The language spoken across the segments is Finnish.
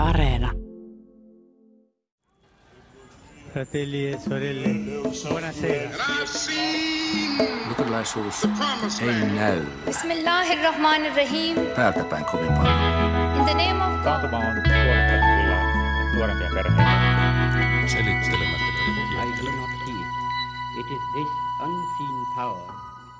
Areena. Fratelli e sorelle, buonasera. Luterilaisuus ei näy Bismillahirrahmanirrahim. täältä päin kovin paljon. In the name of Taantuma on tuonut kyllä nuorempia perheitä. Selittelemättä I do not heed. It is this unseen power.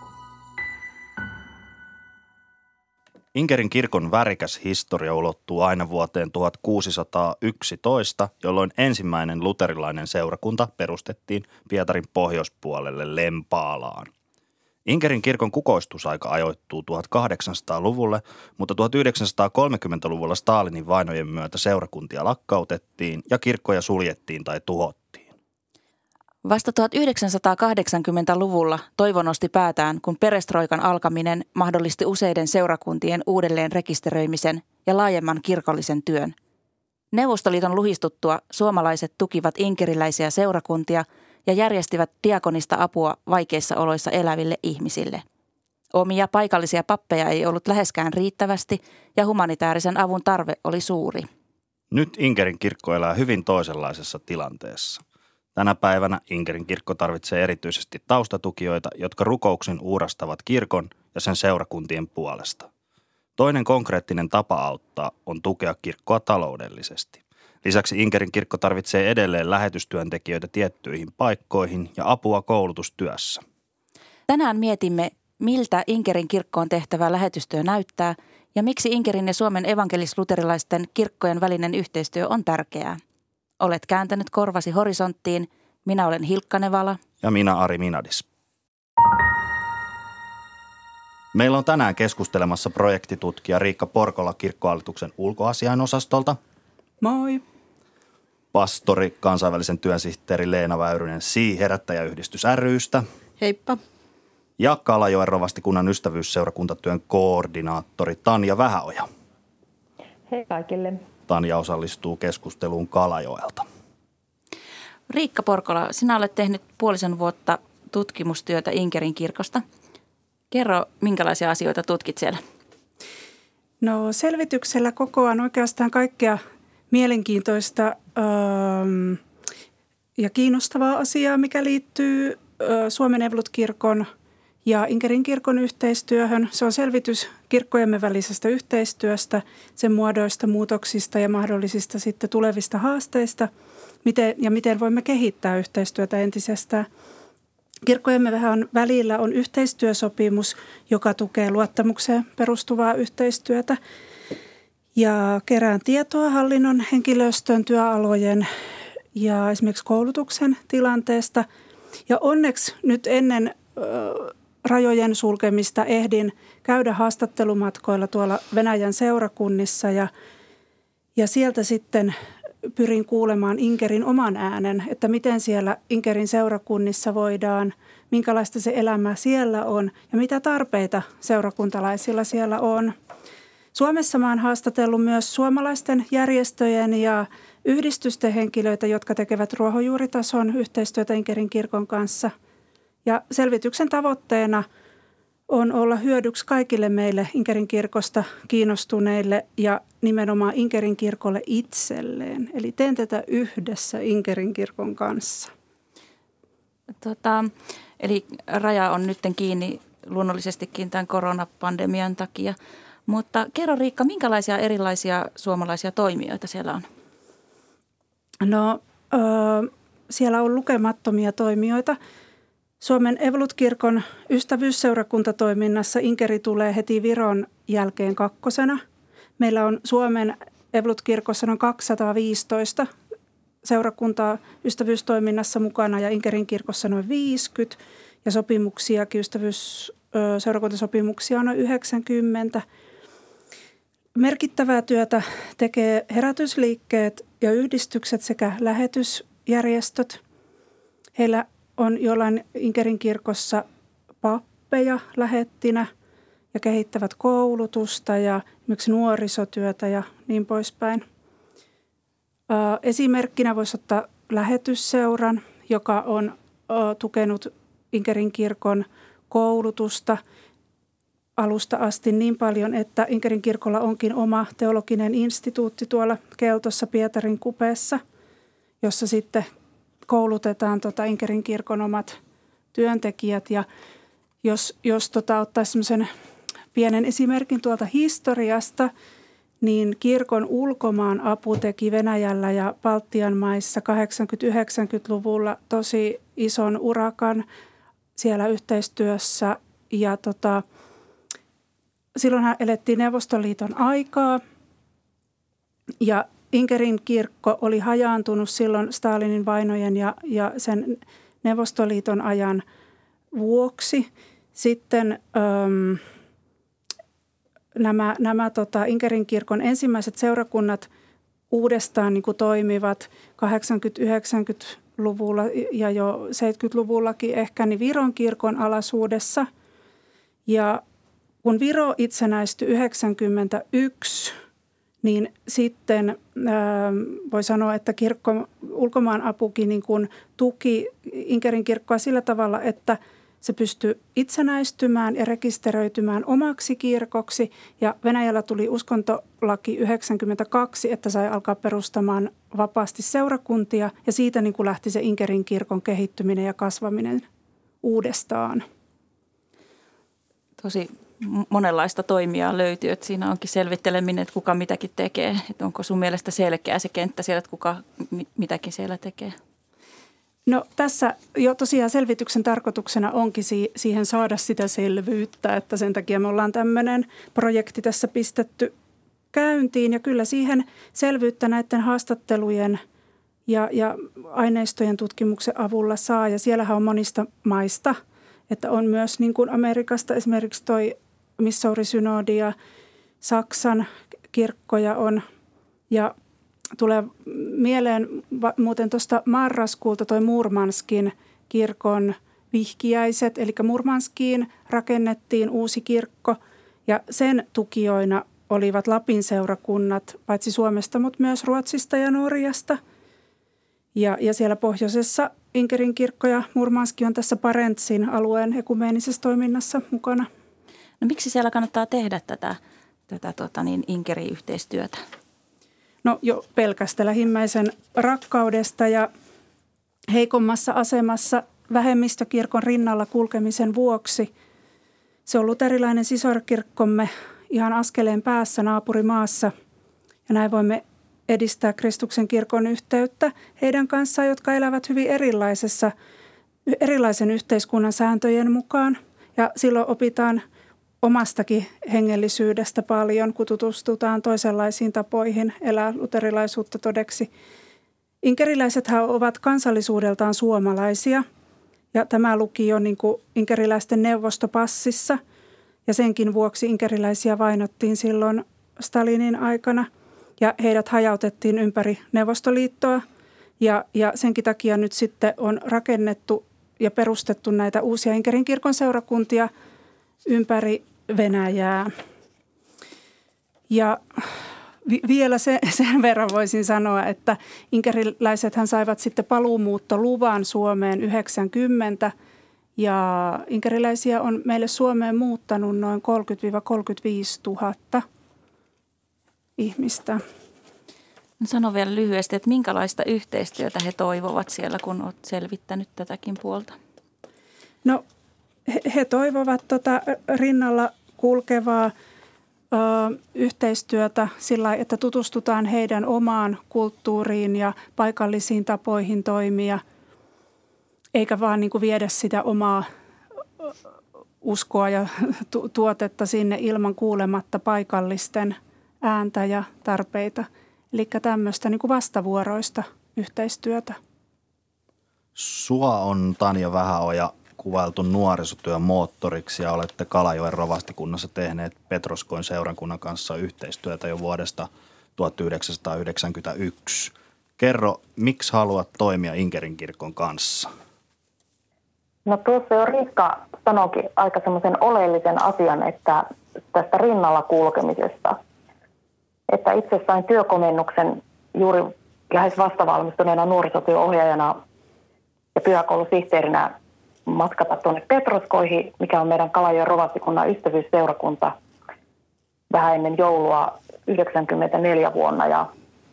Inkerin kirkon värikäs historia ulottuu aina vuoteen 1611, jolloin ensimmäinen luterilainen seurakunta perustettiin Pietarin pohjoispuolelle Lempaalaan. Inkerin kirkon kukoistusaika ajoittuu 1800-luvulle, mutta 1930-luvulla Stalinin vainojen myötä seurakuntia lakkautettiin ja kirkkoja suljettiin tai tuhottiin. Vasta 1980-luvulla toivo nosti päätään, kun perestroikan alkaminen mahdollisti useiden seurakuntien uudelleen rekisteröimisen ja laajemman kirkollisen työn. Neuvostoliiton luhistuttua suomalaiset tukivat inkeriläisiä seurakuntia ja järjestivät diakonista apua vaikeissa oloissa eläville ihmisille. Omia paikallisia pappeja ei ollut läheskään riittävästi ja humanitaarisen avun tarve oli suuri. Nyt Inkerin kirkko elää hyvin toisenlaisessa tilanteessa. Tänä päivänä Inkerin kirkko tarvitsee erityisesti taustatukijoita, jotka rukouksin uurastavat kirkon ja sen seurakuntien puolesta. Toinen konkreettinen tapa auttaa on tukea kirkkoa taloudellisesti. Lisäksi Inkerin kirkko tarvitsee edelleen lähetystyöntekijöitä tiettyihin paikkoihin ja apua koulutustyössä. Tänään mietimme, miltä Inkerin kirkkoon tehtävä lähetystyö näyttää ja miksi Inkerin ja Suomen evankelis-luterilaisten kirkkojen välinen yhteistyö on tärkeää. Olet kääntänyt korvasi horisonttiin. Minä olen Hilkka Nevala. Ja minä Ari Minadis. Meillä on tänään keskustelemassa projektitutkija Riikka Porkola Kirkkohallituksen ulkoasiainosastolta. Moi. Pastori, kansainvälisen työnsihteeri Leena Väyrynen Herättäjäyhdistys ry:stä. Heippa. Ja Kalajoen rovastikunnan ystävyysseurakuntatyön koordinaattori Tanja Vähäoja. Hei kaikille. Tanja osallistuu keskusteluun Kalajoelta. Riikka Porkola, sinä olet tehnyt puolisen vuotta tutkimustyötä Inkerin kirkosta. Kerro, minkälaisia asioita tutkit siellä? No selvityksellä kokoan oikeastaan kaikkea mielenkiintoista ja kiinnostavaa asiaa, mikä liittyy Suomen Evankelis-kirkon ja Inkerin kirkon yhteistyöhön. Se on selvitys kirkkojemme välisestä yhteistyöstä, sen muodoista, muutoksista ja mahdollisista sitten tulevista haasteista, miten voimme kehittää yhteistyötä entisestään. Kirkkojemme välillä on yhteistyösopimus, joka tukee luottamukseen perustuvaa yhteistyötä ja kerään tietoa hallinnon, henkilöstön, työalojen ja esimerkiksi koulutuksen tilanteesta. Ja onneksi nyt ennen rajojen sulkemista ehdin käydä haastattelumatkoilla tuolla Venäjän seurakunnissa ja sieltä sitten pyrin kuulemaan Inkerin oman äänen, että miten siellä Inkerin seurakunnissa voidaan, minkälaista se elämä siellä on ja mitä tarpeita seurakuntalaisilla siellä on. Suomessa mä oon haastatellut myös suomalaisten järjestöjen ja yhdistysten henkilöitä, jotka tekevät ruohonjuuritason yhteistyötä Inkerin kirkon kanssa. Ja selvityksen tavoitteena on olla hyödyksi kaikille meille Inkerin kirkosta kiinnostuneille ja nimenomaan Inkerin kirkolle itselleen. Eli teen tätä yhdessä Inkerin kirkon kanssa. Eli raja on nyt kiinni luonnollisestikin tämän koronapandemian takia. Mutta kerro Riikka, minkälaisia erilaisia suomalaisia toimijoita siellä on? No siellä on lukemattomia toimijoita. Suomen Evankelis-kirkon ystävyysseurakuntatoiminnassa Inkeri tulee heti Viron jälkeen kakkosena. Meillä on Suomen Evankelis-kirkossa noin 215 seurakuntaa ystävyystoiminnassa mukana ja Inkerin kirkossa noin 50 ja sopimuksiakin, seurakuntasopimuksia on noin 90. Merkittävää työtä tekee herätysliikkeet ja yhdistykset sekä lähetysjärjestöt. Heillä on jollain Inkerin kirkossa pappeja lähettinä ja kehittävät koulutusta ja esimerkiksi nuorisotyötä ja niin poispäin. Esimerkkinä voisi ottaa lähetysseuran, joka on tukenut Inkerin kirkon koulutusta alusta asti niin paljon, että Inkerin kirkolla onkin oma teologinen instituutti tuolla Keltossa Pietarin kupeessa, jossa sitten koulutetaan Inkerin kirkon omat työntekijät. Ja jos ottaisi semmoisen pienen esimerkin tuolta historiasta, niin kirkon ulkomaan apu teki Venäjällä ja Baltian maissa 80-90-luvulla tosi ison urakan siellä yhteistyössä. Ja silloinhan elettiin Neuvostoliiton aikaa ja Inkerin kirkko oli hajaantunut silloin Stalinin vainojen ja sen Neuvostoliiton ajan vuoksi. Sitten nämä Inkerin kirkon ensimmäiset seurakunnat uudestaan niin kuin toimivat 80-90-luvulla ja jo 70-luvullakin ehkä niin Viron kirkon alaisuudessa. Ja kun Viro itsenäistyi 1991, niin sitten voi sanoa, että ulkomaan apukin niin kuin tuki Inkerin kirkkoa sillä tavalla, että se pystyi itsenäistymään ja rekisteröitymään omaksi kirkoksi. Ja Venäjällä tuli uskontolaki 1992, että sai alkaa perustamaan vapaasti seurakuntia. Ja siitä niin kuin lähti se Inkerin kirkon kehittyminen ja kasvaminen uudestaan. Tosi monenlaista toimijaa löytyy, että siinä onkin selvitteleminen, että kuka mitäkin tekee. Että onko sun mielestä selkeä se kenttä siellä, että kuka mitäkin siellä tekee? No tässä jo tosiaan selvityksen tarkoituksena onkin siihen saada sitä selvyyttä, että sen takia me ollaan tämmöinen projekti tässä pistetty käyntiin. Ja kyllä siihen selvyyttä näiden haastattelujen ja aineistojen tutkimuksen avulla saa. Ja siellähän on monista maista, että on myös niin kuin Amerikasta esimerkiksi toi Missouri-synodi ja Saksan kirkkoja on. Ja tulee mieleen muuten tuosta marraskuulta toi Murmanskin kirkon vihkiäiset. Eli Murmanskiin rakennettiin uusi kirkko ja sen tukijoina olivat Lapin seurakunnat paitsi Suomesta, mutta myös Ruotsista ja Norjasta. Ja siellä pohjoisessa Inkerin kirkko ja Murmanski on tässä Barentsin alueen ekumeenisessä toiminnassa mukana. No miksi siellä kannattaa tehdä tätä Inkeri-yhteistyötä? No jo pelkästä lähimmäisen rakkaudesta ja heikommassa asemassa vähemmistökirkon rinnalla kulkemisen vuoksi. Se on luterilainen sisarkirkkomme ihan askeleen päässä naapurimaassa ja näin voimme edistää Kristuksen kirkon yhteyttä heidän kanssaan, jotka elävät hyvin erilaisen yhteiskunnan sääntöjen mukaan. Ja silloin opitaan omastakin hengellisyydestä paljon, kun tutustutaan toisenlaisiin tapoihin elää luterilaisuutta todeksi. Inkeriläisethän ovat kansallisuudeltaan suomalaisia ja tämä luki jo niin kuin inkeriläisten neuvostopassissa ja senkin vuoksi inkeriläisiä vainottiin silloin Stalinin aikana ja heidät hajautettiin ympäri Neuvostoliittoa ja senkin takia nyt sitten on rakennettu ja perustettu näitä uusia Inkerin kirkon seurakuntia ympäri Venäjää. Ja vielä sen verran voisin sanoa, että inkeriläisethän saivat sitten paluumuuttoluvan Suomeen 90 ja inkeriläisiä on meille Suomeen muuttanut noin 30-35 000 ihmistä. Sano vielä lyhyesti, että minkälaista yhteistyötä he toivovat siellä, kun olet selvittänyt tätäkin puolta? No he toivovat rinnalla kulkevaa yhteistyötä sillä, että tutustutaan heidän omaan kulttuuriin ja paikallisiin tapoihin toimia, eikä vaan niin kuin viedä sitä omaa uskoa ja tuotetta sinne ilman kuulematta paikallisten ääntä ja tarpeita. Eli tämmöistä niin kuin vastavuoroista yhteistyötä. Sua on Tanja Vähäoja kuvailtu nuorisotyön moottoriksi ja olette Kalajoen rovastikunnassa tehneet Petroskoin seurakunnan kanssa yhteistyötä jo vuodesta 1991. Kerro, miksi haluat toimia Inkerin kirkon kanssa? No tuossa jo Riikka sanoikin aika semmoisen oleellisen asian, että tästä rinnalla kulkemisesta. Että itse sain työkomennuksen juuri lähes vastavalmistuneena nuorisotyöohjaajana ja pyhäkoulusihteerinä matkata tuonne Petroskoihin, mikä on meidän Kalajoen Rovastikunnan ystävyysseurakunta vähän ennen joulua 1994 vuonna. Ja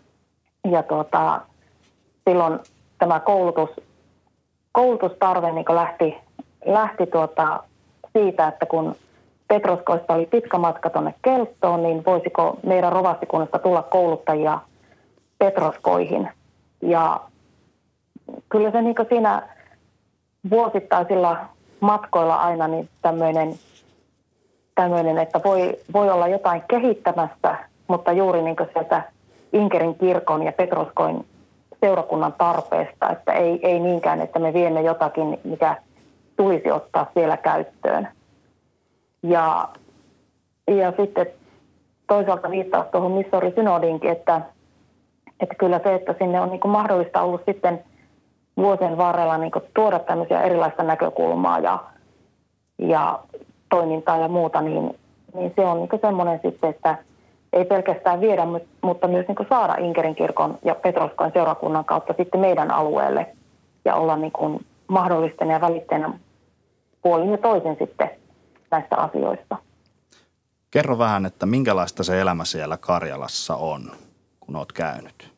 silloin tämä koulutustarve niin lähti siitä, että kun Petroskoista oli pitkä matka tuonne Kelttoon, niin voisiko meidän Rovastikunnasta tulla kouluttajia Petroskoihin. Ja kyllä se niin siinä vuosittaisilla matkoilla aina niin tämmöinen, että voi olla jotain kehittämässä, mutta juuri niin sieltä Inkerin kirkon ja Petroskoin seurakunnan tarpeesta, että ei niinkään, että me viemme jotakin, mikä tulisi ottaa siellä käyttöön. Ja sitten toisaalta viittaus tuohon missiorisynodiinkin, että kyllä se, että sinne on niin kuin mahdollista ollut sitten vuosien varrella niin kuin tuoda tämmöisiä erilaista näkökulmaa ja toimintaa ja muuta, niin se on niin kuin semmoinen sitten, että ei pelkästään viedä, mutta myös niin kuin saada Inkerin kirkon ja Petroskoin seurakunnan kautta sitten meidän alueelle ja olla niin kuin mahdollisten ja välitteenä puolin ja toisin sitten näistä asioista. Kerro vähän, että minkälaista se elämä siellä Karjalassa on, kun olet käynyt?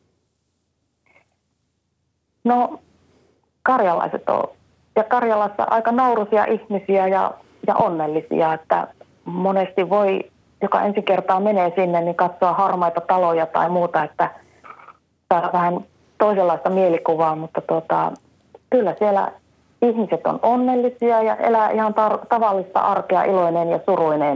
No, karjalaiset on, ja Karjalassa aika nauruisia ihmisiä ja onnellisia, että monesti voi, joka ensi kertaa menee sinne, niin katsoa harmaita taloja tai muuta, että saada vähän toisenlaista mielikuvaa, mutta kyllä siellä ihmiset on onnellisia ja elää ihan tavallista arkea, iloinen ja suruinen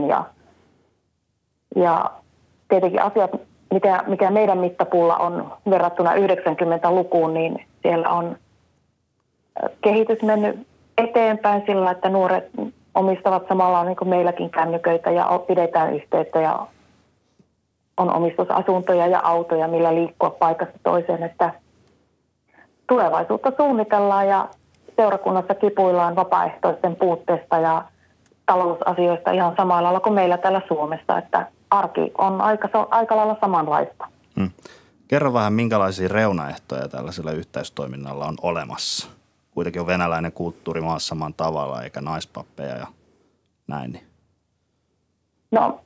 ja tietenkin asiat, mikä meidän mittapuulla on verrattuna 90-lukuun, niin siellä on kehitys mennyt eteenpäin sillä, että nuoret omistavat samalla niin kuin meilläkin kännyköitä ja pidetään yhteyttä ja on omistusasuntoja ja autoja, millä liikkua paikasta toiseen, että tulevaisuutta suunnitellaan ja seurakunnassa kipuillaan vapaaehtoisten puutteesta ja talousasioista ihan samalla lailla kuin meillä täällä Suomessa, että arki on aika lailla samanlaista. Kerro vähän, minkälaisia reunaehtoja tällaisella yhteistoiminnalla on olemassa? Kuitenkin on venäläinen kulttuuri maassa saman tavalla, eikä naispappeja ja näin. Niin. No,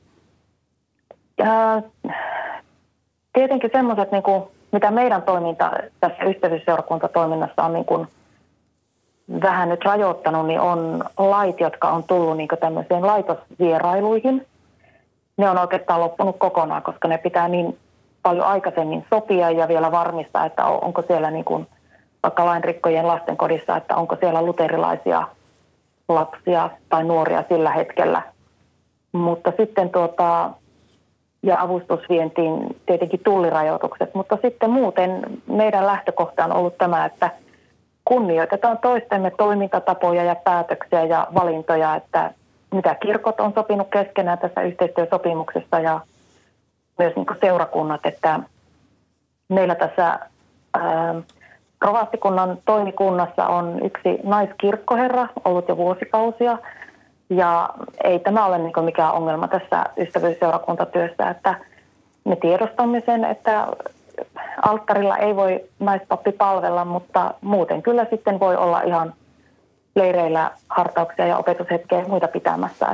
tietenkin semmoiset, niin kuin, mitä meidän toiminta tässä ystävyysseurakuntatoiminnassa on niin kuin vähän nyt rajoittanut, niin on lait, jotka on tullut niin kuin tämmöisiin laitosvierailuihin. Ne on oikeastaan loppunut kokonaan, koska ne pitää niin paljon aikaisemmin sopia ja vielä varmistaa, että onko siellä niin kuin vaikka lainrikkojen lastenkodissa, että onko siellä luterilaisia lapsia tai nuoria sillä hetkellä. Mutta sitten ja avustusvientiin tietenkin tullirajoitukset, mutta sitten muuten meidän lähtökohta on ollut tämä, että kunnioitetaan toistemme toimintatapoja ja päätöksiä ja valintoja, että mitä kirkot on sopinut keskenään tässä yhteistyösopimuksessa ja myös niin kuin seurakunnat, että meillä tässä Rovastikunnan toimikunnassa on yksi naiskirkkoherra ollut jo vuosikausia ja ei tämä ole niin kuin mikään ongelma tässä ystävyysseurakuntatyössä, että me tiedostamme sen, että alttarilla ei voi naispappi palvella, mutta muuten kyllä sitten voi olla ihan leireillä hartauksia ja opetushetkeä ja muita pitämässä,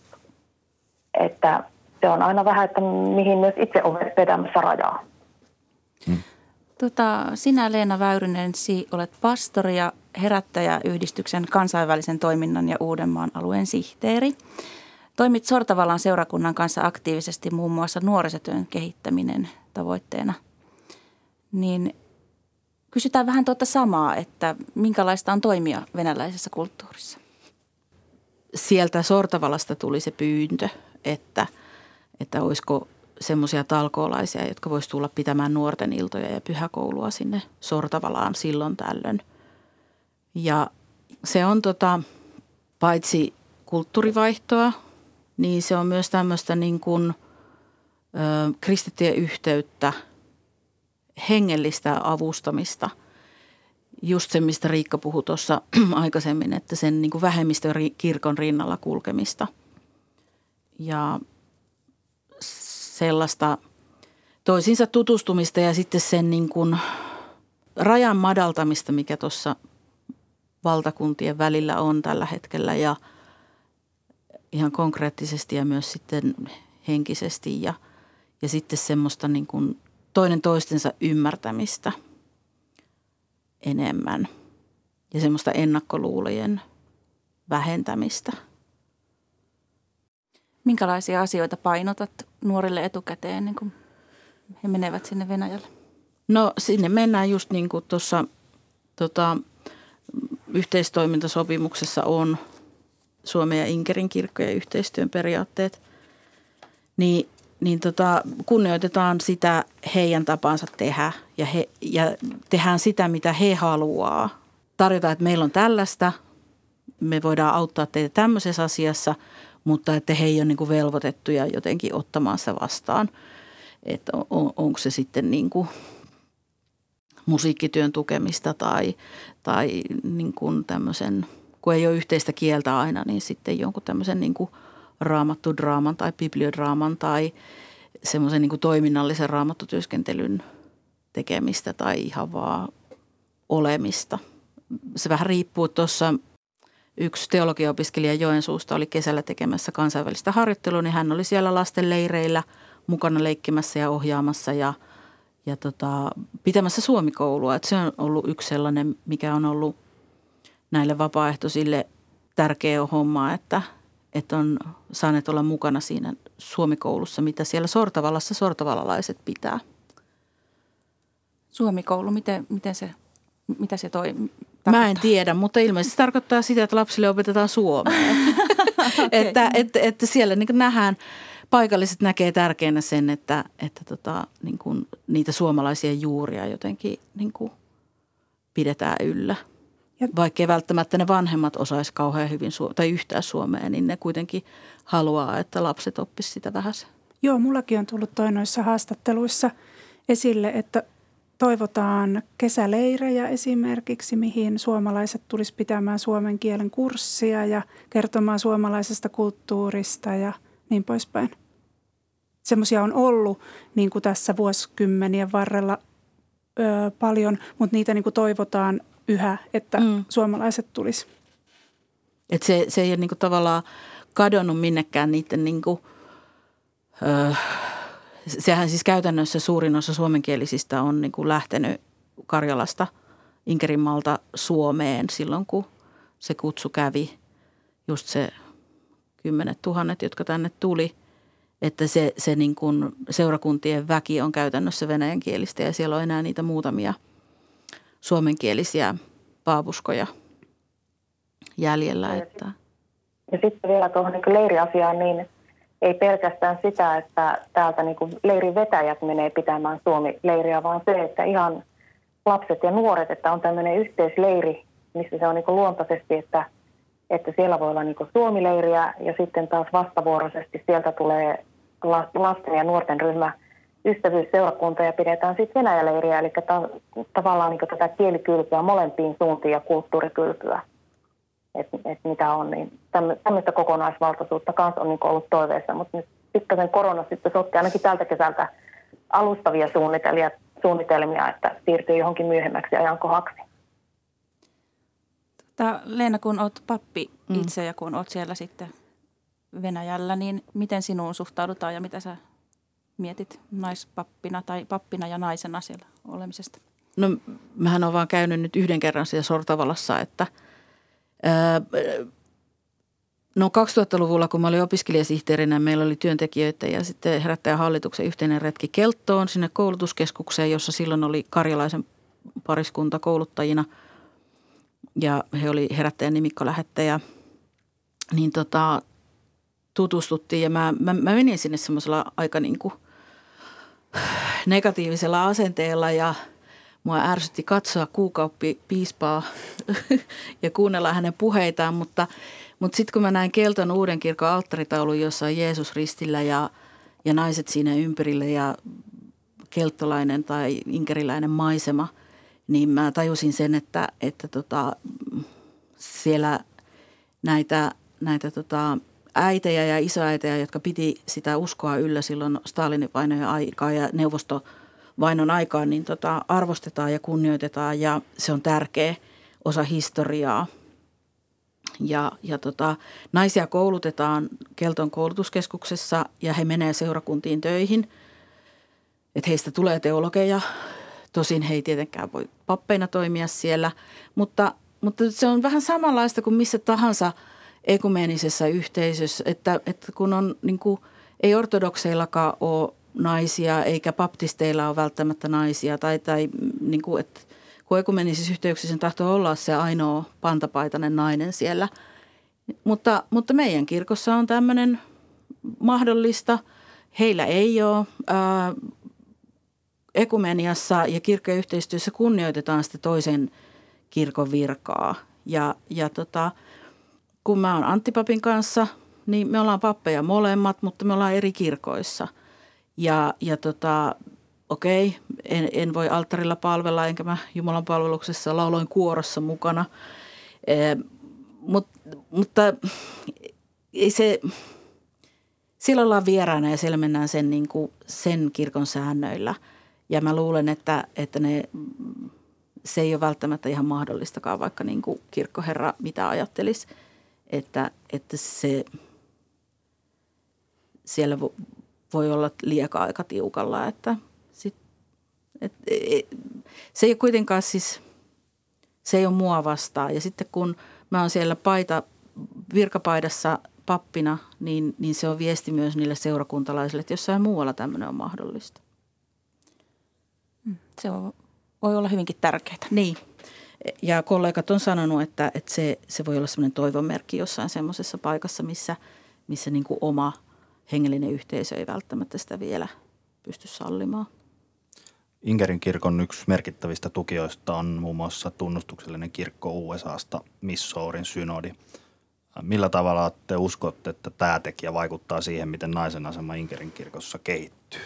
että se on aina vähän, että mihin myös itse on vedämässä rajaa. Sinä Leena Väyrynen, olet pastori ja Herättäjäyhdistyksen kansainvälisen toiminnan ja Uudenmaan alueen sihteeri. Toimit Sortavalan seurakunnan kanssa aktiivisesti muun muassa nuorisotyön kehittäminen tavoitteena. Niin kysytään vähän samaa, että minkälaista on toimia venäläisessä kulttuurissa? Sieltä Sortavalasta tuli se pyyntö, että olisiko semmoisia talkoolaisia, jotka vois tulla pitämään nuorten iltoja ja pyhäkoulua sinne Sortavalaan silloin tällöin. Ja se on paitsi kulttuurivaihtoa, niin se on myös tämmöistä niin kuin kristittyjen yhteyttä, hengellistä avustamista. Just se, mistä Riikka puhui tuossa aikaisemmin, että sen niin kuin vähemmistökirkon rinnalla kulkemista. Ja sellaista toisiinsa tutustumista ja sitten sen niin kuin rajan madaltamista, mikä tuossa valtakuntien välillä on tällä hetkellä ja ihan konkreettisesti ja myös sitten henkisesti ja sitten semmoista niin kuin toinen toistensa ymmärtämistä enemmän ja semmoista ennakkoluulojen vähentämistä. Minkälaisia asioita painotat nuorille etukäteen, niin kun he menevät sinne Venäjälle? No sinne mennään just niin kuin tuossa yhteistoimintasopimuksessa on Suomen ja Inkerin kirkkojen yhteistyön periaatteet, niin kunnioitetaan sitä heidän tapansa tehdä ja tehdään sitä, mitä he haluaa. Tarjotaan, että meillä on tällaista, me voidaan auttaa teitä tämmöisessä asiassa, mutta että he ei ole niin kuin velvoitettuja jotenkin ottamaan sitä vastaan. Että onko se sitten niin kuin musiikkityön tukemista tai niin kuin tämmöisen, kun ei ole yhteistä kieltä aina, niin sitten jonkun tämmöisen niin kuin raamattudraaman tai bibliodraaman tai semmoisen niin kuin toiminnallisen raamattutyöskentelyn tekemistä tai ihan vaan olemista. Se vähän riippuu tuossa. Yksi teologiaopiskelija Joensuusta oli kesällä tekemässä kansainvälistä harjoittelua, niin hän oli siellä lastenleireillä mukana leikkimässä ja ohjaamassa ja pitämässä suomikoulua. Että se on ollut yksi sellainen, mikä on ollut näille vapaaehtoisille tärkeä homma, että on saaneet olla mukana siinä suomikoulussa, mitä siellä Sortavallassa sortavalalaiset pitää. Suomikoulu, mitä se toimii? Mä en tiedä, mutta ilmeisesti se tarkoittaa sitä, että lapsille opetetaan suomea. Okay. että siellä niin kuin nähdään, paikalliset näkee tärkeänä sen, että niin kuin niitä suomalaisia juuria jotenkin niin kuin pidetään yllä. Vaikkei välttämättä ne vanhemmat osaisi kauhean hyvin tai yhtään suomea, niin ne kuitenkin haluaa, että lapset oppisivat sitä vähän. Joo, mullakin on tullut noissa haastatteluissa esille, että toivotaan kesäleirejä esimerkiksi, mihin suomalaiset tulisi pitämään suomen kielen kurssia ja kertomaan suomalaisesta kulttuurista ja niin poispäin. Semmoisia on ollut niin kuin tässä vuosikymmenien varrella paljon, mutta niitä niin kuin toivotaan yhä, että suomalaiset tulisi. Et se ei ole niin kuin tavallaan kadonnut minnekään niiden niin kuin, sehän siis käytännössä suurin osa suomenkielisistä on niin kuin lähtenyt Karjalasta Inkerinmaalta Suomeen silloin, kun se kutsu kävi. Just se 10 000, jotka tänne tuli. Että se niin kuin seurakuntien väki on käytännössä venäjänkielistä ja siellä on enää niitä muutamia suomenkielisiä paavuskoja jäljellä. Ja sitten vielä tuohon niin leiriasiaan, niin ei pelkästään sitä, että täältä niin kuin leirin vetäjät menee pitämään Suomi-leiriä, vaan se, että ihan lapset ja nuoret, että on tämmöinen yhteisleiri, missä se on niin kuin luontaisesti, että siellä voi olla niin kuin Suomi-leiriä ja sitten taas vastavuoroisesti sieltä tulee lasten ja nuorten ryhmä ystävyysseurakunta ja pidetään sitten Venäjä-leiriä, eli tavallaan niin kuin tätä kielikylpyä molempiin suuntiin ja kulttuurikylpyä, että mitä on, niin tämmöistä kokonaisvaltaisuutta kanssa on niin kuin ollut toiveessa, mutta nyt pikkasen korona sitten sotki ainakin tältä kesältä alustavia suunnitelmia, että siirtyy johonkin myöhemmäksi ajankohaksi. Leena, kun olet pappi itse ja kun olet siellä sitten Venäjällä, niin miten sinuun suhtaudutaan ja mitä sä mietit naispappina tai pappina ja naisena siellä olemisesta? No mähän olen vaan käynyt nyt yhden kerran siellä Sortavalassa, että 2000-luvulla, kun mä olin opiskelijasihteerinä, meillä oli työntekijöitä ja sitten Herättäjähallituksen yhteinen retki Kelttoon sinne koulutuskeskukseen, jossa silloin oli karjalaisen pariskunta kouluttajina ja he oli Herättäjän nimikkolähettäjä. Niin tutustuttiin ja mä menin sinne semmoisella aika niin kuin negatiivisella asenteella ja mua ärsytti katsoa kuukauppipiispaa ja kuunnella hänen puheitaan, mutta sitten kun mä näin Kelton uuden kirkon alttaritaulun, jossa on Jeesus ristillä ja naiset siinä ympärillä ja kelttolainen tai inkeriläinen maisema, niin mä tajusin sen, että siellä näitä äitejä ja isoäitejä, jotka piti sitä uskoa yllä silloin Stalinin vainojen aikaa ja neuvostovainon aikaan, niin arvostetaan ja kunnioitetaan ja se on tärkeä osa historiaa. Ja naisia koulutetaan Kelton koulutuskeskuksessa ja he menee seurakuntiin töihin. Että heistä tulee teologeja. Tosin he ei tietenkään voi pappeina toimia siellä, mutta se on vähän samanlaista kuin missä tahansa ekumeenisessä yhteisössä, että kun on niin kuin, ei ortodokseillakaan ole naisia eikä baptisteilla ole välttämättä naisia tai niin kuin, että kun ekumenisissä yhteyksissä tahtoo olla se ainoa pantapaitainen nainen siellä. Mutta meidän kirkossa on tämmöinen mahdollista. Heillä ei ole. Ekumeniassa ja kirkkojen yhteistyössä kunnioitetaan sitä toisen kirkon virkaa. Ja kun mä oon Antti papin kanssa, niin me ollaan pappeja molemmat, mutta me ollaan eri kirkoissa. Okei, en voi alttarilla palvella, enkä mä Jumalan palveluksessa lauloin kuorossa mukana. Mutta ei se, siellä ollaan vieraana ja siellä mennään sen kirkon säännöillä. Ja mä luulen, että se ei ole välttämättä ihan mahdollistakaan, vaikka niin kuin kirkkoherra mitä ajattelisi, että se siellä voi olla lieka aika tiukalla, se ei ole kuitenkaan siis, se ei ole mua vastaan. Ja sitten kun mä oon siellä virkapaidassa pappina, niin se on viesti myös niille seurakuntalaisille, että jossain muualla tämmöinen on mahdollista. Se voi olla hyvinkin tärkeää. Niin. Ja kollegat on sanonut, että se voi olla semmoinen toivonmerkki jossain semmoisessa paikassa, missä niin kuin oma hengellinen yhteisö ei välttämättä sitä vielä pysty sallimaan. Inkerin kirkon yksi merkittävistä tukijoista on muun muassa tunnustuksellinen kirkko USAsta, Missourin synodi. Millä tavalla te uskotte, että tämä tekijä vaikuttaa siihen, miten naisen asema Inkerin kirkossa kehittyy?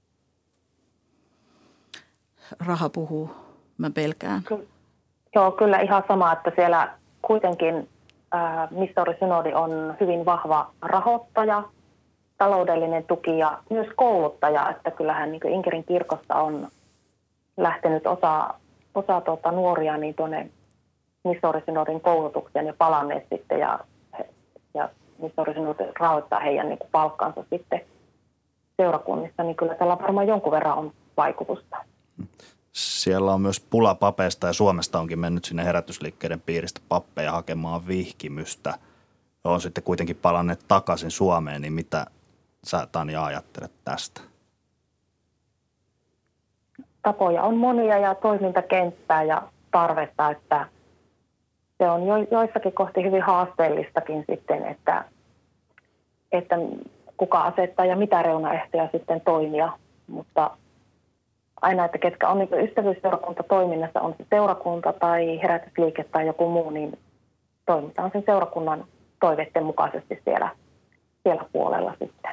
Raha puhuu, mä pelkään. Joo, kyllä ihan sama, että siellä kuitenkin Missourin-synodi on hyvin vahva rahoittaja, taloudellinen tuki ja myös kouluttaja, että kyllähän niin kuin Inkerin kirkosta on lähtenyt osa nuoria niin tuonne Missourin-synodin koulutukseen ja palanneet sitten ja Missourin-synodi rahoittaa heidän niin kuin palkkansa sitten seurakunnissa, niin kyllä tällä varmaan jonkun verran on vaikutusta. Siellä on myös pula papeista ja Suomesta onkin mennyt sinne herätysliikkeiden piiristä pappeja hakemaan vihkimystä. Ja on sitten kuitenkin palanneet takaisin Suomeen, niin mitä sä, Tanja, ajattelet tästä? Tapoja on monia ja toimintakenttää ja tarvetta, että se on joissakin kohti hyvin haasteellistakin sitten, että kuka asettaa ja mitä reunaehtoja sitten toimia, mutta aina, että ketkä on niin ystävyysseurakunta toiminnassa, on se seurakunta tai herätysliike tai joku muu, niin toimitaan sen seurakunnan toiveiden mukaisesti siellä puolella sitten.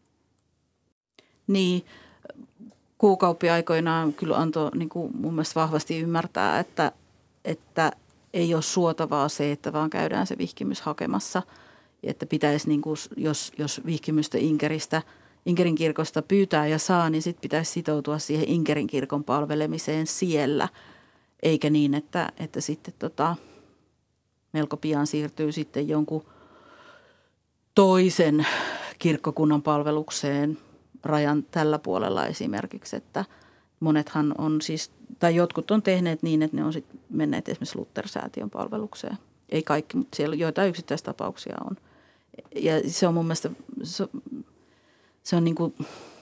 Niin, Kuukauppi aikoinaan kyllä antoi niin kuin mun mielestä vahvasti ymmärtää, että ei ole suotavaa se, että vaan käydään se vihkimys hakemassa. Että pitäisi, niin kuin, jos vihkimystä Inkerin kirkosta pyytää ja saa, niin sitten pitäisi sitoutua siihen Inkerin kirkon palvelemiseen siellä. Eikä niin, että sitten melko pian siirtyy sitten jonkun toisen kirkkokunnan palvelukseen rajan tällä puolella esimerkiksi, että monethan on siis, tai jotkut on tehneet niin, että ne on sitten menneet esimerkiksi Luther-säätiön palvelukseen. Ei kaikki, mutta siellä joitain yksittäistapauksia on. Ja se on mun mielestä, se on niin kuin,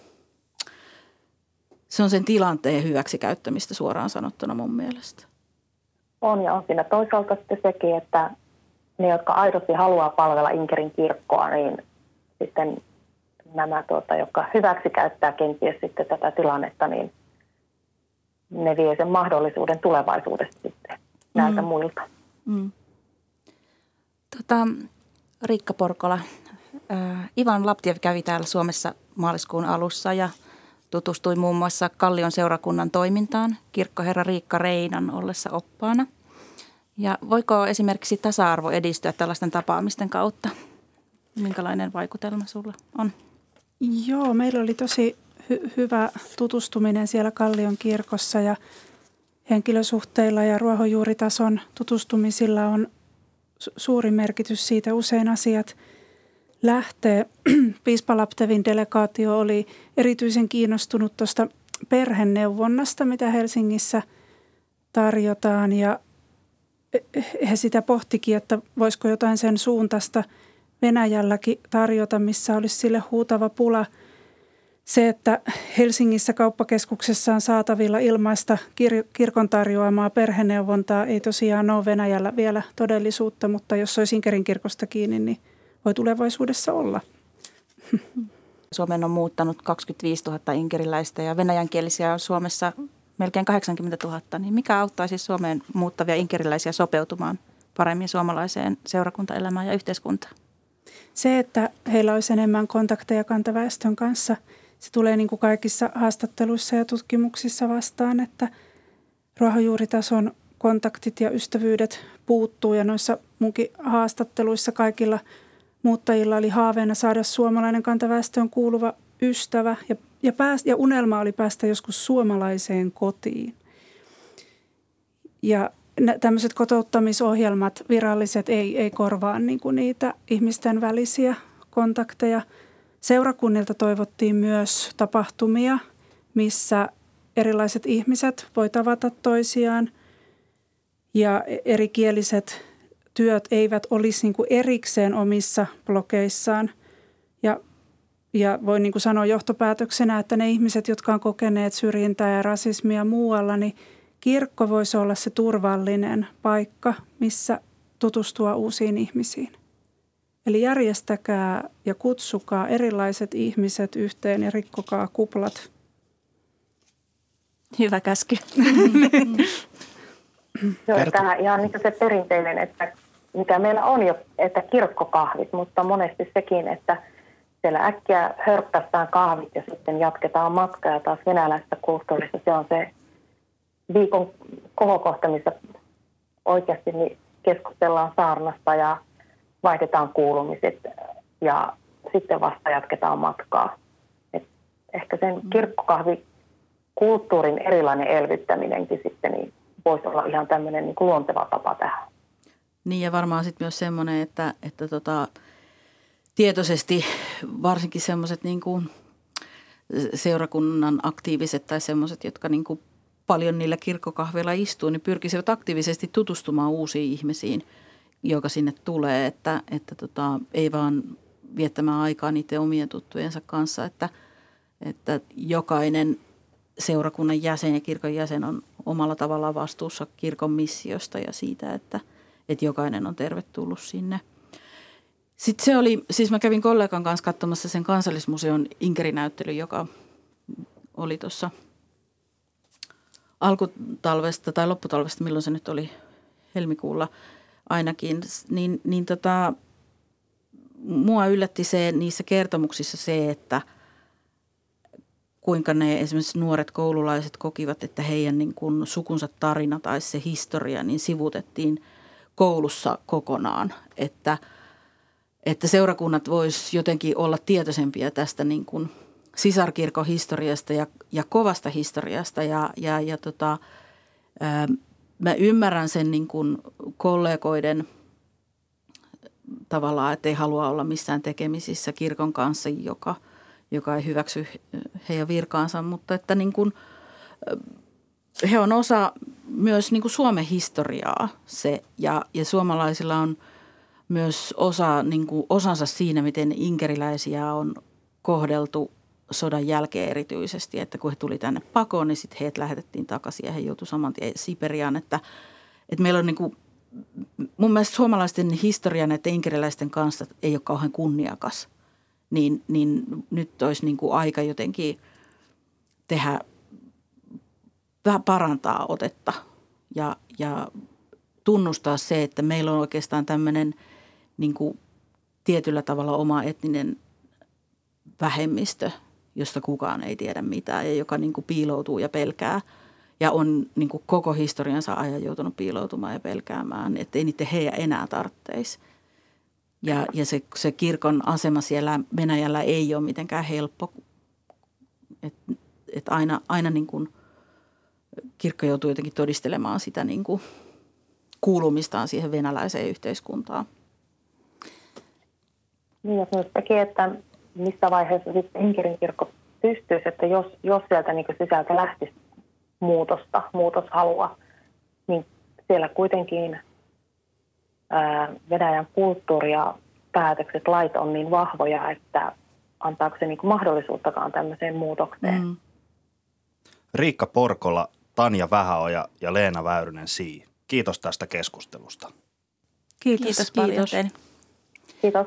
se on sen tilanteen hyväksikäyttämistä suoraan sanottuna mun mielestä. On ja on siinä toisaalta sitten sekin, että ne, jotka aidosti haluaa palvella Inkerin kirkkoa, niin sitten nämä, jotka hyväksikäyttää kenties sitten tätä tilannetta, niin ne vie sen mahdollisuuden tulevaisuudesta sitten näiltä muilta. Riikka Porkola, Ivan Laptiev kävi täällä Suomessa maaliskuun alussa ja tutustui muun muassa Kallion seurakunnan toimintaan kirkkoherra Riikka Reinan ollessa oppaana. Ja voiko esimerkiksi tasa-arvo edistyä tällaisten tapaamisten kautta? Minkälainen vaikutelma sulla on? Joo, meillä oli tosi hyvä tutustuminen siellä Kallion kirkossa ja henkilösuhteilla ja ruohonjuuritason tutustumisilla on suuri merkitys siitä. Usein asiat lähtee. Piispa Laptevin delegaatio oli erityisen kiinnostunut tuosta perheneuvonnasta, mitä Helsingissä tarjotaan, ja he sitä pohtikin, että voisiko jotain sen suuntaista Venäjälläkin tarjota, missä olisi sille huutava pula. Se, että Helsingissä kauppakeskuksessa on saatavilla ilmaista kirkon tarjoamaa perheneuvontaa, ei tosiaan ole Venäjällä vielä todellisuutta, mutta jos olisi Inkerin kirkosta kiinni, niin voi tulevaisuudessa olla. Suomeen on muuttanut 25 000 inkeriläistä ja venäjänkielisiä on Suomessa melkein 80 000. Niin mikä auttaisi Suomeen muuttavia inkeriläisiä sopeutumaan paremmin suomalaiseen seurakuntaelämään ja yhteiskuntaan? Se, että heillä olisi enemmän kontakteja kantaväestön kanssa, se tulee niin kuin kaikissa haastatteluissa ja tutkimuksissa vastaan, että ruohonjuuritason kontaktit ja ystävyydet puuttuu. Ja noissa munkin haastatteluissa kaikilla muuttajilla oli haaveena saada suomalainen kantaväestöön kuuluva ystävä ja unelma oli päästä joskus suomalaiseen kotiin. Ja tämmöiset kotouttamisohjelmat, viralliset, ei korvaa niin kuin niitä ihmisten välisiä kontakteja. Seurakunnilta toivottiin myös tapahtumia, missä erilaiset ihmiset voi tavata toisiaan ja erikieliset työt eivät olisi niin kuin erikseen omissa blogeissaan. Ja voi niin kuin sanoa johtopäätöksenä, että ne ihmiset, jotka on kokeneet syrjintää ja rasismia muualla, niin kirkko voisi olla se turvallinen paikka, missä tutustua uusiin ihmisiin. Eli järjestäkää ja kutsukaa erilaiset ihmiset yhteen ja rikkokaa kuplat. Hyvä käsky. Joo, tähän ihan niin se perinteinen, että mikä meillä on jo, että kirkkokahvit, mutta monesti sekin, että siellä äkkiä hörppästään kahvit ja sitten jatketaan matkaa ja taas venäläistä kulttuurista. Se on se viikon kohokohta, missä oikeasti niin keskustellaan saarnasta ja vaihdetaan kuulumiset ja sitten vasta jatketaan matkaa. Et ehkä sen kirkkokahvikulttuurin erilainen elvyttäminenkin sitten niin voisi olla ihan tämmöinen niin kuin luonteva tapa tähän. Niin ja varmaan sitten myös semmoinen, että tietoisesti varsinkin semmoiset niin kuin seurakunnan aktiiviset tai semmoiset, jotka niin kuin paljon niillä kirkkokahveilla istuu, niin pyrkisivät aktiivisesti tutustumaan uusiin ihmisiin, joka sinne tulee, että ei vaan viettämään aikaa niiden omien tuttujensa kanssa, että jokainen seurakunnan jäsen ja kirkon jäsen on omalla tavallaan vastuussa kirkon missiosta ja siitä, että jokainen on tervetullut sinne. Sitten se oli, siis mä kävin kollegan kanssa katsomassa sen Kansallismuseon Inkerinäyttely, joka oli tuossa alkutalvesta tai lopputalvesta, milloin se nyt oli, helmikuulla ainakin, niin mua yllätti se niissä kertomuksissa se, että kuinka ne esimerkiksi nuoret koululaiset kokivat, että heidän niin kuin sukunsa tarina tai se historia niin sivutettiin koulussa kokonaan, että seurakunnat vois jotenkin olla tietoisempia tästä niin kuin sisarkirkon historiasta ja kovasta historiasta mä ymmärrän sen niin kuin kollegoiden tavallaan, että ei halua olla missään tekemisissä kirkon kanssa, joka ei hyväksy heidän virkaansa, mutta että niin kuin he on osa myös niin kuin Suomen historiaa se ja suomalaisilla on myös niin kuin osansa siinä, miten inkeriläisiä on kohdeltu sodan jälkeen erityisesti, että kun he tuli tänne pakoon, niin sitten heidät lähetettiin takaisin ja he joutuivat saman tien Siperiaan, että meillä on niin kuin, mun mielestä suomalaisten historia näiden inkeriläisten kanssa ei ole kauhean kunniakas, niin nyt olisi niin kuin aika jotenkin tehdä, vähän parantaa otetta ja tunnustaa se, että meillä on oikeastaan tämmöinen niin kuin tietyllä tavalla oma etninen vähemmistö, josta kukaan ei tiedä mitään ja joka niin kuin piiloutuu ja pelkää ja on niin kuin koko historiansa ajan joutunut piiloutumaan ja pelkäämään, että ei niitä heidän enää tarvitsisi. Ja se kirkon asema siellä Venäjällä ei ole mitenkään helppo, että aina niin kuin kirkko joutuu jotenkin todistelemaan sitä niin kuin kuulumistaan siihen venäläiseen yhteiskuntaan. Niin ja myös sekin, että missä vaiheessa sitten Inkerin kirkko pystyisi, että jos sieltä niin kuin sisältä lähtisi muutoshalua, niin siellä kuitenkin Venäjän kulttuuri ja päätökset, lait on niin vahvoja, että antaako se niin kuin mahdollisuuttakaan tämmöiseen muutokseen. Mm. Riikka Porkola, Tanja Vähäoja ja Leena Väyrynen-Sii. Kiitos tästä keskustelusta. Kiitos paljon teille. Kiitos.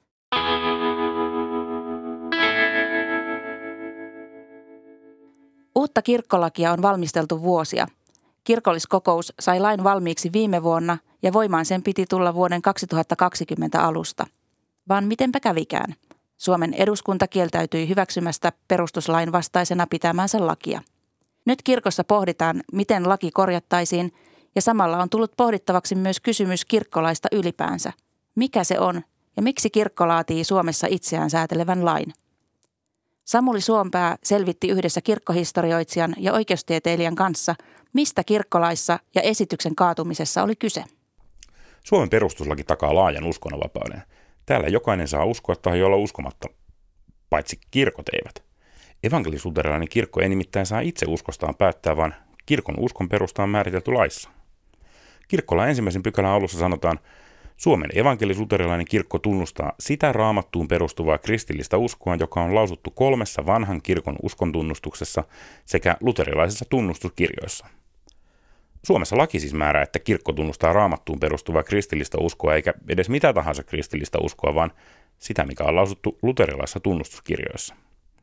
Uutta kirkkolakia on valmisteltu vuosia. Kirkolliskokous sai lain valmiiksi viime vuonna ja voimaan sen piti tulla vuoden 2020 alusta. Vaan mitenpä kävikään? Suomen eduskunta kieltäytyi hyväksymästä perustuslain vastaisena pitämänsä lakia. Nyt kirkossa pohditaan, miten laki korjattaisiin ja samalla on tullut pohdittavaksi myös kysymys kirkkolaista ylipäänsä. Mikä se on ja miksi kirkko laatii Suomessa itseään säätelevän lain? Samuli Suompää selvitti yhdessä kirkkohistorioitsijan ja oikeustieteilijän kanssa, mistä kirkkolaissa ja esityksen kaatumisessa oli kyse. Suomen perustuslaki takaa laajan uskonnonvapauden. Täällä jokainen saa uskoa tai olla uskomatta, paitsi kirkot eivät. Evankelis-luterilainen kirkko ei nimittäin saa itse uskostaan päättää, vaan kirkon uskon perusta on määritelty laissa. Kirkkolain 1. pykälän alussa sanotaan, Suomen evankelis-luterilainen kirkko tunnustaa sitä Raamattuun perustuvaa kristillistä uskoa, joka on lausuttu 3 vanhan kirkon uskontunnustuksessa sekä luterilaisissa tunnustuskirjoissa. Suomessa laki siis määrää, että kirkko tunnustaa Raamattuun perustuvaa kristillistä uskoa eikä edes mitä tahansa kristillistä uskoa, vaan sitä, mikä on lausuttu luterilaisissa tunnustuskirjoissa.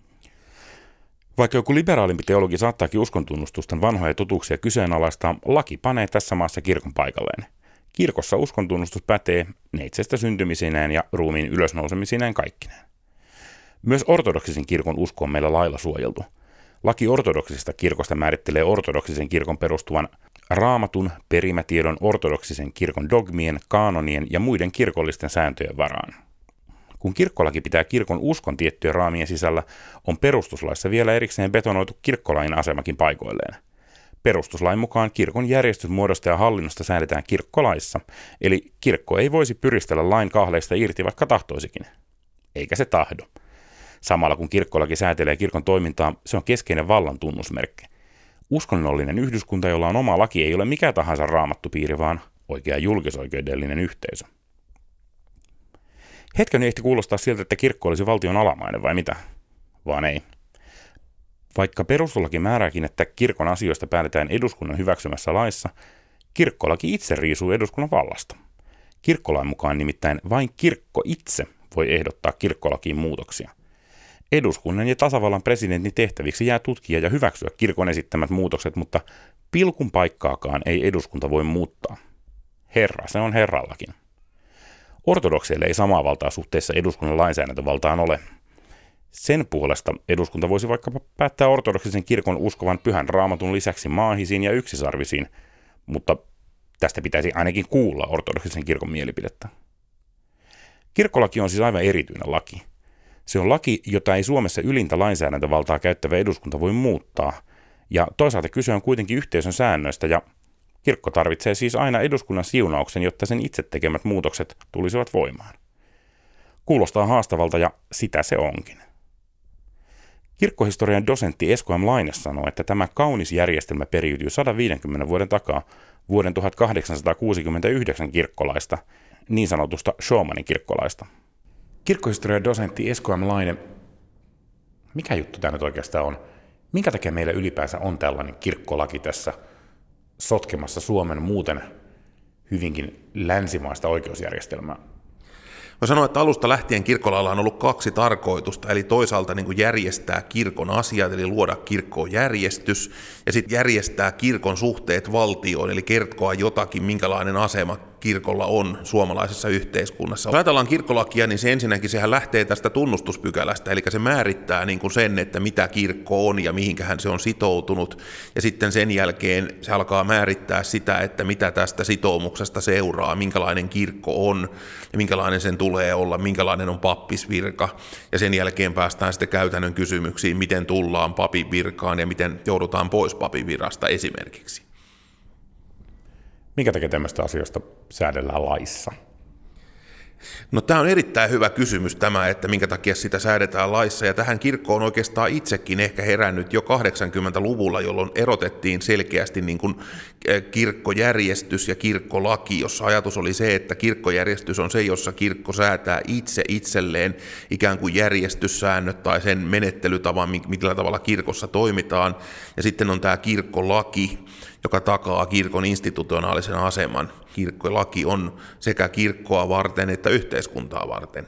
Vaikka joku liberaalimpi teologi saattaakin uskontunnustusten vanhoja totuuksia kyseenalaistaa, laki panee tässä maassa kirkon paikalleen. Kirkossa uskontunnustus pätee neitsestä syntymisineen ja ruumiin ylösnousemisineen kaikkineen. Myös ortodoksisen kirkon usko on meillä lailla suojeltu. Laki ortodoksisesta kirkosta määrittelee ortodoksisen kirkon perustuvan Raamatun, perimätiedon, ortodoksisen kirkon dogmien, kaanonien ja muiden kirkollisten sääntöjen varaan. Kun kirkkolaki pitää kirkon uskon tiettyjen raamien sisällä, on perustuslaissa vielä erikseen betonoitu kirkkolain asemakin paikoilleen. Perustuslain mukaan kirkon järjestysmuodosta ja hallinnosta säädetään kirkkolaissa, eli kirkko ei voisi pyristellä lain kahleista irti, vaikka tahtoisikin. Eikä se tahdo. Samalla kun kirkkolaki säätelee kirkon toimintaa, se on keskeinen vallan tunnusmerkki. Uskonnollinen yhdyskunta, jolla on oma laki, ei ole mikä tahansa raamattupiiri, vaan oikea julkisoikeudellinen yhteisö. Hetken ehti kuulostaa siltä, että kirkko olisi valtion alamainen vai mitä? Vaan ei. Vaikka perustuslaki määrääkin, että kirkon asioista päätetään eduskunnan hyväksymässä laissa, kirkkolaki itse riisuu eduskunnan vallasta. Kirkkolain mukaan nimittäin vain kirkko itse voi ehdottaa kirkkolakiin muutoksia. Eduskunnan ja tasavallan presidentin tehtäviksi jää tutkia ja hyväksyä kirkon esittämät muutokset, mutta pilkun paikkaakaan ei eduskunta voi muuttaa. Herra, se on herrallakin. Ortodokseille ei samaa valtaa suhteessa eduskunnan lainsäädäntövaltaan ole. Sen puolesta eduskunta voisi vaikkapa päättää ortodoksisen kirkon uskovan pyhän Raamatun lisäksi maahisiin ja yksisarvisiin, mutta tästä pitäisi ainakin kuulla ortodoksisen kirkon mielipidettä. Kirkkolaki on siis aivan erityinen laki. Se on laki, jota ei Suomessa ylintä lainsäädäntövaltaa käyttävä eduskunta voi muuttaa, ja toisaalta kyse on kuitenkin yhteisön säännöistä, ja kirkko tarvitsee siis aina eduskunnan siunauksen, jotta sen itse tekemät muutokset tulisivat voimaan. Kuulostaa haastavalta, ja sitä se onkin. Kirkkohistorian dosentti Esko M. Laine sanoo, että tämä kaunis järjestelmä periytyy 150 vuoden takaa vuoden 1869 kirkkolaista, niin sanotusta Schumannin kirkkolaista. Kirkkohistorian dosentti Esko M. Laine, mikä juttu tämä nyt oikeastaan on? Minkä takia meillä ylipäänsä on tällainen kirkkolaki tässä sotkemassa Suomen muuten hyvinkin länsimaista oikeusjärjestelmää? Mä sanoin, että alusta lähtien kirkolla on ollut 2 tarkoitusta, eli toisaalta niin kuin järjestää kirkon asiat, eli luoda kirkkoon järjestys, ja sitten järjestää kirkon suhteet valtioon, eli kertoa jotakin, minkälainen asema kirkolla on suomalaisessa yhteiskunnassa. Jos ajatellaan kirkkolakia, niin se ensinnäkin sehän lähtee tästä tunnustuspykälästä, eli se määrittää niin kuin sen, että mitä kirkko on ja mihinkähän se on sitoutunut, ja sitten sen jälkeen se alkaa määrittää sitä, että mitä tästä sitoumuksesta seuraa, minkälainen kirkko on ja minkälainen sen tulee olla, minkälainen on pappisvirka, ja sen jälkeen päästään sitten käytännön kysymyksiin, miten tullaan papin virkaan ja miten joudutaan pois papin virasta esimerkiksi. Minkä takia tämmöistä asioista säädellään laissa? No tämä on erittäin hyvä kysymys tämä, että minkä takia sitä säädetään laissa, ja tähän kirkko on oikeastaan itsekin ehkä herännyt jo 80-luvulla, jolloin erotettiin selkeästi niin kuin kirkkojärjestys ja kirkkolaki, jossa ajatus oli se, että kirkkojärjestys on se, jossa kirkko säätää itse itselleen ikään kuin järjestyssäännöt tai sen menettelytavan, millä tavalla kirkossa toimitaan, ja sitten on tämä kirkkolaki, joka takaa kirkon institutionaalisen aseman. Kirkkolaki on sekä kirkkoa varten että yhteiskuntaa varten.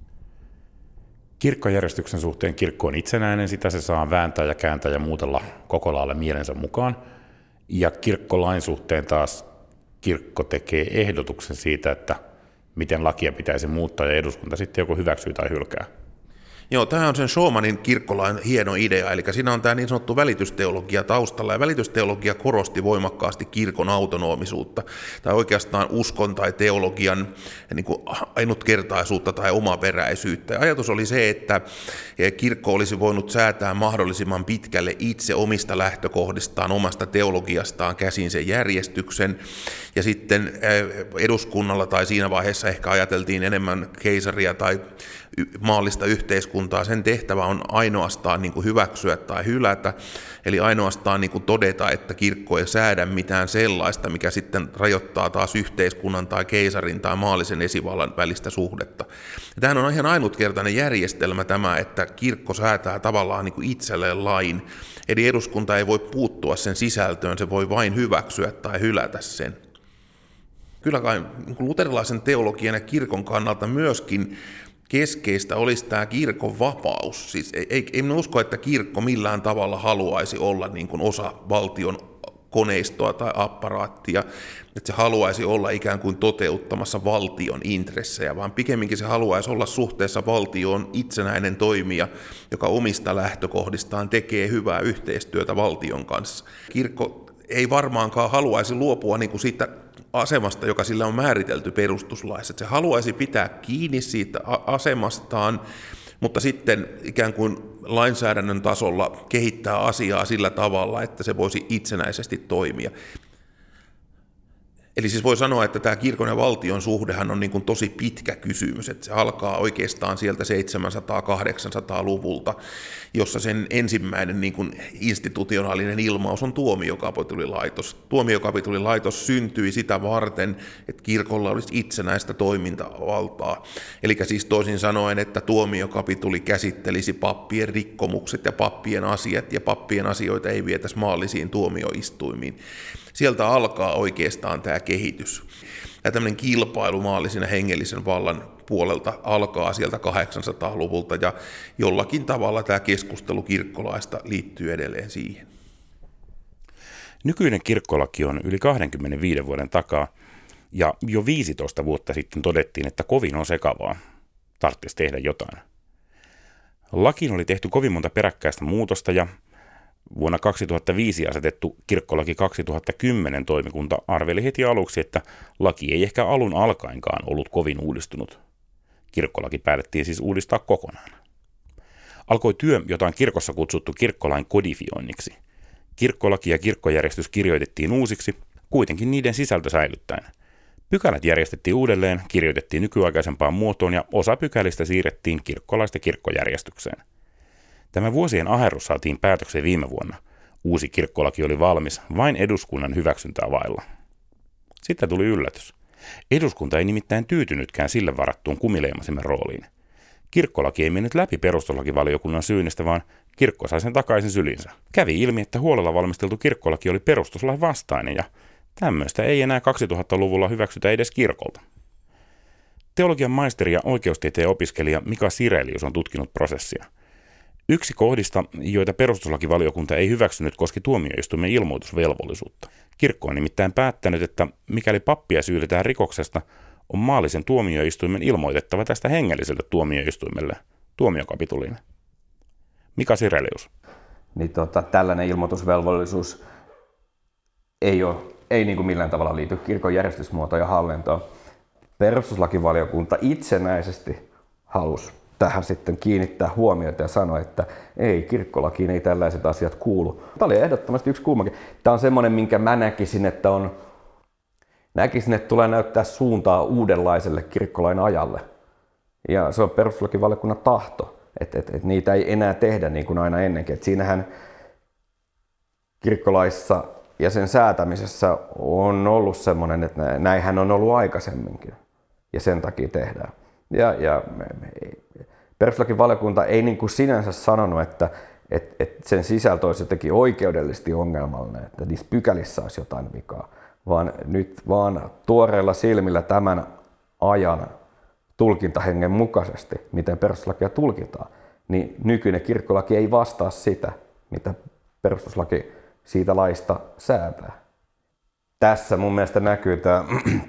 Kirkkojärjestyksen suhteen kirkko on itsenäinen, sitä se saa vääntää ja kääntää ja muutella koko lailla mielensä mukaan. Ja kirkkolain suhteen taas kirkko tekee ehdotuksen siitä, että miten lakia pitäisi muuttaa ja eduskunta sitten joko hyväksyy tai hylkää. Joo, tämä on sen Schumannin kirkkolain hieno idea, eli siinä on tämä niin sanottu välitysteologia taustalla, ja välitysteologia korosti voimakkaasti kirkon autonomisuutta, tai oikeastaan uskon tai teologian niin kuin ainutkertaisuutta tai omaperäisyyttä. Ja ajatus oli se, että kirkko olisi voinut säätää mahdollisimman pitkälle itse omista lähtökohdistaan, omasta teologiastaan käsin sen järjestyksen, ja sitten eduskunnalla tai siinä vaiheessa ehkä ajateltiin enemmän keisaria tai maallista yhteiskuntaa, sen tehtävä on ainoastaan niin kuin hyväksyä tai hylätä, eli ainoastaan niin kuin todeta, että kirkko ei säädä mitään sellaista, mikä sitten rajoittaa taas yhteiskunnan tai keisarin tai maallisen esivallan välistä suhdetta. Ja tämähän on ihan ainutkertainen järjestelmä tämä, että kirkko säätää tavallaan niin kuin itselleen lain, eli eduskunta ei voi puuttua sen sisältöön, se voi vain hyväksyä tai hylätä sen. Kyllä kai niin kuin luterilaisen teologian ja kirkon kannalta myöskin keskeistä olisi tämä kirkon vapaus. Siis ei usko, että kirkko millään tavalla haluaisi olla niin kuin osa valtion koneistoa tai apparaattia, että se haluaisi olla ikään kuin toteuttamassa valtion intressejä, vaan pikemminkin se haluaisi olla suhteessa valtioon itsenäinen toimija, joka omista lähtökohdistaan tekee hyvää yhteistyötä valtion kanssa. Kirkko ei varmaankaan haluaisi luopua niin kuin siitä asemasta, joka sillä on määritelty perustuslaissa. Se haluaisi pitää kiinni siitä asemastaan, mutta sitten ikään kuin lainsäädännön tasolla kehittää asiaa sillä tavalla, että se voisi itsenäisesti toimia. Eli siis voi sanoa, että tämä kirkon ja valtion suhdehan on niin kuin tosi pitkä kysymys, että se alkaa oikeastaan sieltä 700-800-luvulta, jossa sen ensimmäinen niin kuin institutionaalinen ilmaus on tuomiokapitulilaitos. Tuomiokapitulilaitos syntyi sitä varten, että kirkolla olisi itsenäistä toimintavaltaa. Eli siis toisin sanoen, että tuomiokapituli käsittelisi pappien rikkomukset ja pappien asiat, ja pappien asioita ei vietäisi maallisiin tuomioistuimiin. Sieltä alkaa oikeastaan tämä kehitys. Ja tämmöinen kilpailu maallisen ja hengellisen vallan puolelta alkaa sieltä 800-luvulta, ja jollakin tavalla tämä keskustelu kirkkolaista liittyy edelleen siihen. Nykyinen kirkkolaki on yli 25 vuoden takaa, ja jo 15 vuotta sitten todettiin, että kovin on sekavaa. Tarvitsisi tehdä jotain. Lakiin oli tehty kovin monta peräkkäistä muutosta, ja vuonna 2005 asetettu kirkkolaki 2010 toimikunta arveli heti aluksi, että laki ei ehkä alun alkaenkaan ollut kovin uudistunut. Kirkkolaki päätettiin siis uudistaa kokonaan. Alkoi työ, jota on kirkossa kutsuttu kirkkolain kodifioinniksi. Kirkkolaki ja kirkkojärjestys kirjoitettiin uusiksi, kuitenkin niiden sisältö säilyttäen. Pykälät järjestettiin uudelleen, kirjoitettiin nykyaikaisempaan muotoon ja osa pykälistä siirrettiin kirkkolaista kirkkojärjestykseen. Tämä vuosien aherrus saatiin päätökseen viime vuonna. Uusi kirkkolaki oli valmis vain eduskunnan hyväksyntää vailla. Sitten tuli yllätys. Eduskunta ei nimittäin tyytynytkään sille varattuun kumileimasimen rooliin. Kirkkolaki ei mennyt läpi perustuslakivaliokunnan syynnistä, vaan kirkko sai sen takaisin sylinsä. Kävi ilmi, että huolella valmisteltu kirkkolaki oli perustuslain vastainen, ja tämmöistä ei enää 2000-luvulla hyväksytä edes kirkolta. Teologian maisteri ja oikeustieteen opiskelija Mika Sirelius on tutkinut prosessia. Yksi kohdista, joita perustuslakivaliokunta ei hyväksynyt, koski tuomioistuimen ilmoitusvelvollisuutta. Kirkko on nimittäin päättänyt, että mikäli pappia syytetään rikoksesta, on maallisen tuomioistuimen ilmoitettava tästä hengelliselle tuomioistuimelle, tuomiokapituliin. Mika Sirelius. Niin tällainen ilmoitusvelvollisuus ei niin kuin millään tavalla liity kirkon järjestysmuotoon ja hallintoon. Perustuslakivaliokunta itsenäisesti halusi tähän sitten kiinnittää huomiota ja sanoi, että ei, kirkkolakiin ei tällaiset asiat kuulu. Tämä oli ehdottomasti yksi kulmakin. Tämä on semmoinen, minkä mä näkisin, että tulee näyttää suuntaa uudenlaiselle kirkkolain ajalle. Ja se on perustuslakivaliokunnan tahto, että niitä ei enää tehdä niin kuin aina ennenkin. Että siinähän kirkkolaissa ja sen säätämisessä on ollut semmoinen, että näinhän on ollut aikaisemminkin ja sen takia tehdään. Ja perustuslakivaliokunta ei niin kuin sinänsä sanonut, että sen sisältö olisi jotenkin oikeudellisesti ongelmallinen, että niissä pykälissä olisi jotain vikaa, vaan nyt vaan tuoreilla silmillä tämän ajan tulkintahengen mukaisesti, miten perustuslakia tulkitaan, niin nykyinen kirkkolaki ei vastaa sitä, mitä perustuslaki siitä laista säätää. Tässä mun mielestä näkyy tämä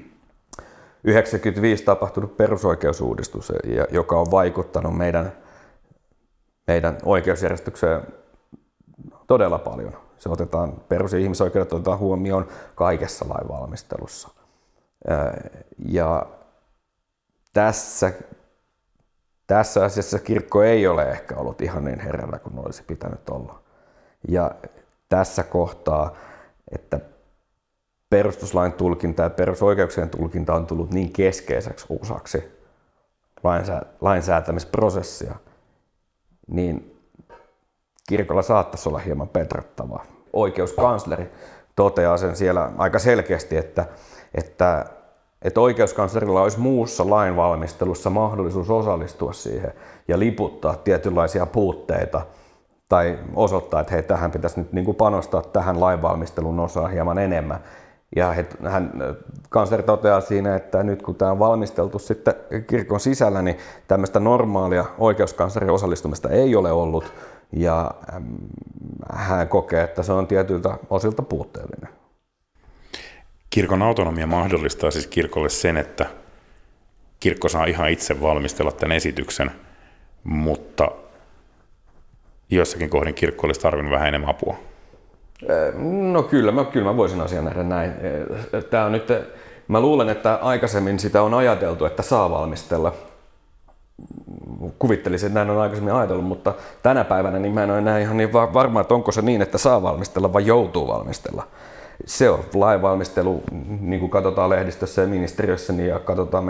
95 tapahtunut perusoikeusuudistus, joka on vaikuttanut meidän oikeusjärjestykseen todella paljon. Se otetaan, perus- ja ihmisoikeudet otetaan huomioon kaikessa lainvalmistelussa. Ja tässä asiassa kirkko ei ole ehkä ollut ihan niin hereillä kuin olisi pitänyt olla. Ja tässä kohtaa, että perustuslain tulkinta ja perusoikeuksien tulkinta on tullut niin keskeiseksi osaksi lainsäätämisprosessia, niin kirkolla saattaisi olla hieman petrattavaa. Oikeuskansleri toteaa sen siellä aika selkeästi, että oikeuskanslerilla olisi muussa lainvalmistelussa mahdollisuus osallistua siihen ja liputtaa tietynlaisia puutteita tai osoittaa, että hei, tähän pitäisi nyt niin kuin panostaa tähän lainvalmistelun osaan hieman enemmän. Ja kansleri toteaa siinä, että nyt kun tämä on valmisteltu sitten kirkon sisällä, niin tämmöistä normaalia oikeuskanslerin osallistumista ei ole ollut. Ja hän kokee, että se on tietyiltä osilta puutteellinen. Kirkon autonomia mahdollistaa siis kirkolle sen, että kirkko saa ihan itse valmistella tämän esityksen, mutta jossakin kohdin kirkko olisi tarvinnut vähän enemmän apua. No kyllä mä voisin asian nähdä näin. Tämä on nyt, mä luulen, että aikaisemmin sitä on ajateltu, että saa valmistella. Kuvittelisin, että näin on aikaisemmin ajatellut, mutta tänä päivänä niin mä en ole enää ihan niin varma, että onko se niin, että saa valmistella vai joutuu valmistella. Se on lainvalmistelu, niin kuin katsotaan lehdistössä ja ministeriössä niin ja katsotaan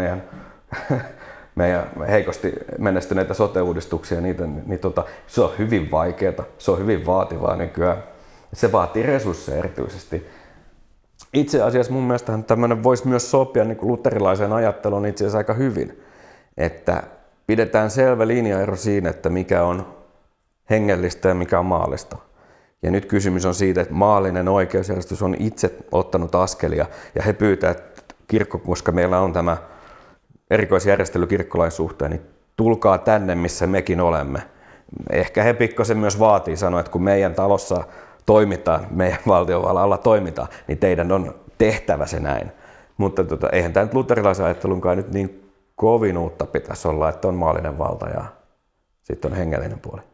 meidän heikosti menestyneitä sote-uudistuksia, se on hyvin vaikeaa, se on hyvin vaativaa nykyään. Se vaatii resursseja erityisesti. Itse asiassa mun mielestä tämmöinen voisi myös sopia niin kuin luterilaiseen ajatteluun itse asiassa aika hyvin, että pidetään selvä linjaero siinä, että mikä on hengellistä ja mikä on maallista. Ja nyt kysymys on siitä, että maallinen oikeusjärjestys on itse ottanut askelia ja he pyytävät, että kirkko, koska meillä on tämä erikoisjärjestely kirkkolain suhteen, niin tulkaa tänne, missä mekin olemme. Ehkä he pikkasen myös vaatii sanoa, että kun meidän talossa toimitaan, meidän valtiovallan alla toimitaan, niin teidän on tehtävä se näin. Mutta eihän tämä nyt luterilaisen ajattelunkaan nyt niin kovin uutta pitäisi olla, että on maallinen valta ja sitten on hengellinen puoli.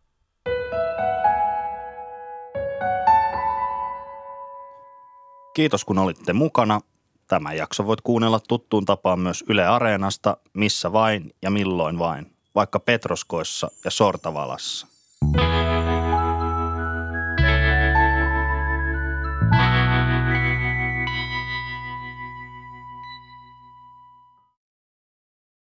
Kiitos kun olitte mukana. Tämä jakso voit kuunnella tuttuun tapaan myös Yle Areenasta, missä vain ja milloin vain, vaikka Petroskoissa ja Sortavalassa.